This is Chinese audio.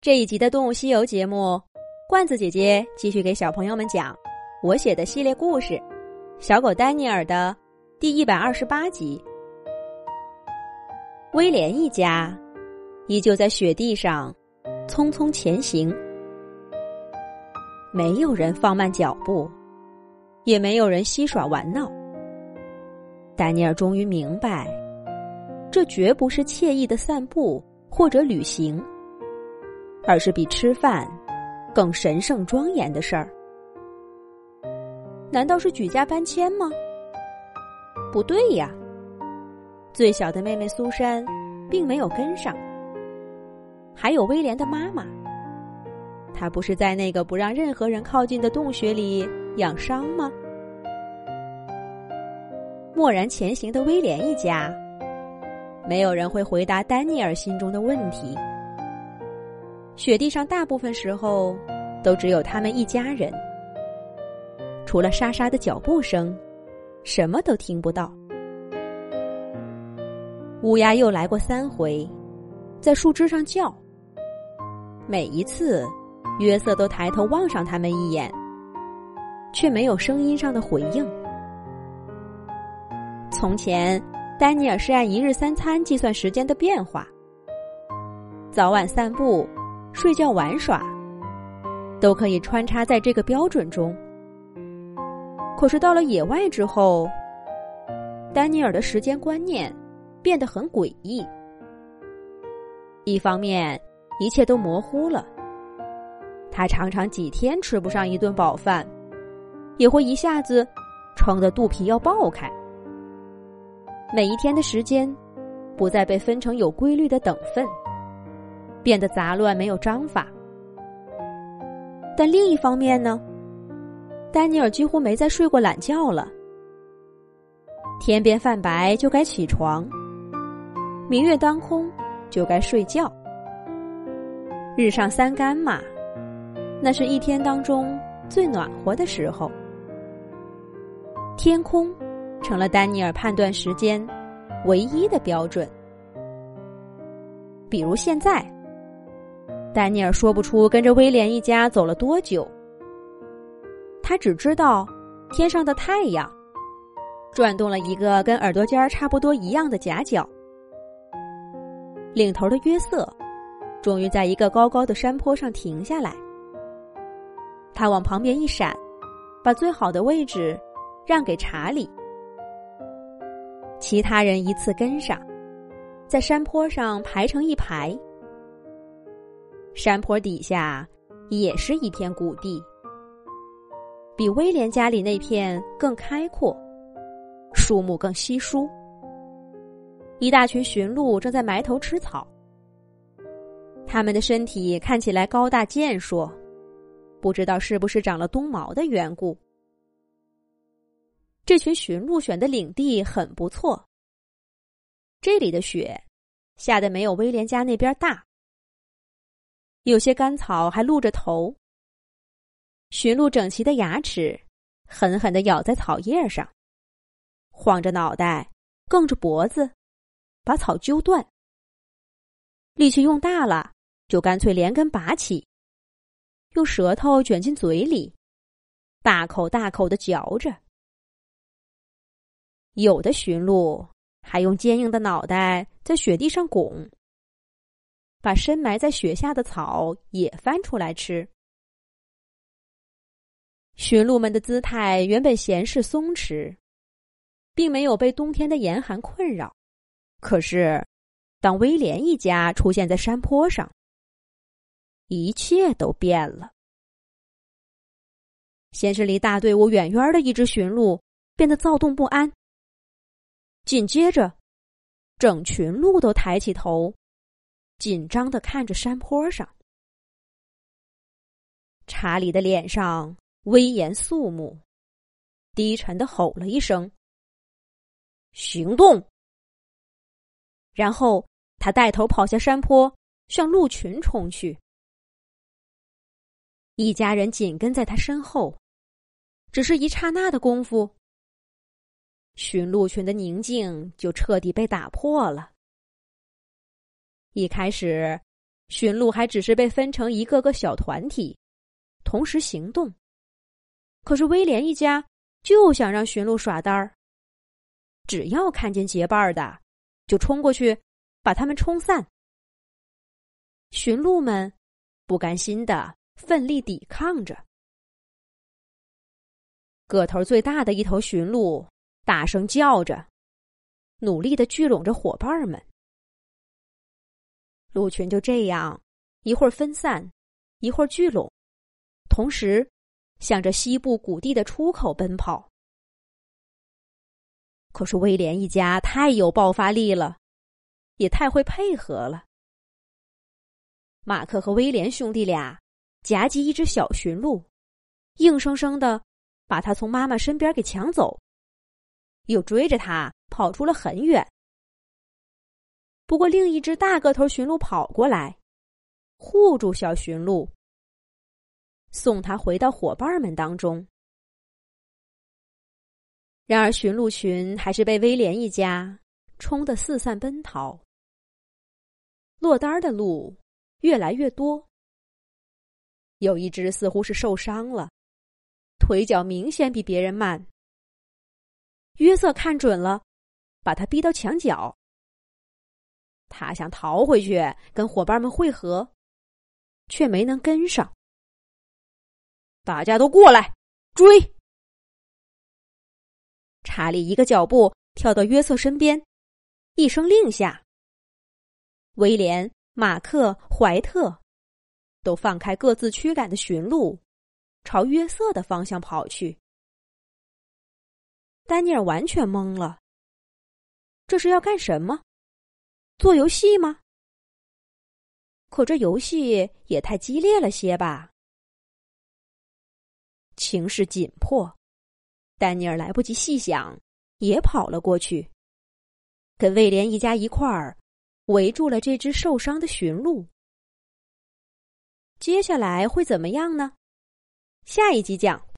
这一集的《动物西游》节目，罐子姐姐继续给小朋友们讲我写的系列故事《小狗丹尼尔》的第128集。威廉一家依旧在雪地上匆匆前行，没有人放慢脚步，也没有人嬉耍玩闹。丹尼尔终于明白，这绝不是惬意的散步或者旅行，而是比吃饭更神圣庄严的事儿。难道是举家搬迁吗？不对呀，最小的妹妹苏珊并没有跟上。还有威廉的妈妈，她不是在那个不让任何人靠近的洞穴里养伤吗？默然前行的威廉一家，没有人会回答丹尼尔心中的问题。雪地上大部分时候都只有他们一家人，除了沙沙的脚步声，什么都听不到。乌鸦又来过3回，在树枝上叫，每一次约瑟都抬头望上他们一眼，却没有声音上的回应。从前丹尼尔是按1日3餐计算时间的变化，早晚散步、睡觉玩耍都可以穿插在这个标准中。可是到了野外之后，丹尼尔的时间观念变得很诡异。一方面一切都模糊了，他常常几天吃不上一顿饱饭，也会一下子撑得肚皮要爆开。每一天的时间不再被分成有规律的等份，变得杂乱没有章法。但另一方面呢，丹尼尔几乎没再睡过懒觉了。天边泛白就该起床，明月当空就该睡觉。日上3竿嘛，那是一天当中最暖和的时候。天空成了丹尼尔判断时间唯一的标准。比如现在，丹尼尔说不出跟着威廉一家走了多久，他只知道天上的太阳转动了一个跟耳朵尖差不多一样的夹角。领头的约瑟终于在一个高高的山坡上停下来，他往旁边一闪，把最好的位置让给查理。其他人依次跟上，在山坡上排成一排。山坡底下也是一片谷地，比威廉家里那片更开阔，树木更稀疏。一大群驯鹿正在埋头吃草，他们的身体看起来高大健硕，不知道是不是长了冬毛的缘故。这群驯鹿选的领地很不错，这里的雪下得没有威廉家那边大，有些干草还露着头。驯鹿整齐的牙齿狠狠地咬在草叶上，晃着脑袋，梗着脖子，把草揪断。力气用大了，就干脆连根拔起，用舌头卷进嘴里，大口大口地嚼着。有的驯鹿还用坚硬的脑袋在雪地上拱，把深埋在雪下的草也翻出来吃。驯鹿们的姿态原本闲适松弛，并没有被冬天的严寒困扰。可是当威廉一家出现在山坡上，一切都变了。先是离大队伍远远的一只驯鹿变得躁动不安，紧接着整群鹿都抬起头，紧张地看着山坡上。查理的脸上威严肃穆，低沉地吼了一声：“行动！”然后他带头跑下山坡，向鹿群冲去。一家人紧跟在他身后，只是一刹那的功夫，驯鹿群的宁静就彻底被打破了。一开始， 驯鹿还只是被分成一个个小团体，同时行动。可是威廉一家就想让驯鹿耍单儿，只要看见结伴的，就冲过去把他们冲散。驯鹿们不甘心地奋力抵抗着。个头最大的一头驯鹿大声叫着，努力地聚拢着伙伴们。鹿群就这样一会儿分散，一会儿聚拢，同时向着西部谷地的出口奔跑。可是威廉一家太有爆发力了，也太会配合了。马克和威廉兄弟俩夹击一只小驯鹿，硬生生地把它从妈妈身边给抢走，又追着它跑出了很远。不过另一只大个头驯鹿跑过来，护住小驯鹿，送它回到伙伴们当中。然而驯鹿群还是被威廉一家冲得四散奔逃，落单的鹿越来越多。有一只似乎是受伤了，腿脚明显比别人慢。约瑟看准了，把他逼到墙角。他想逃回去跟伙伴们会合，却没能跟上。大家都过来，追！查理一个脚步跳到约瑟身边，一声令下，威廉、马克、怀特都放开各自驱赶的驯鹿，朝约瑟的方向跑去。丹尼尔完全懵了，这是要干什么？做游戏吗？可这游戏也太激烈了些吧。情势紧迫，丹尼尔来不及细想，也跑了过去，跟威廉一家一块儿围住了这只受伤的驯鹿。接下来会怎么样呢？下一集讲。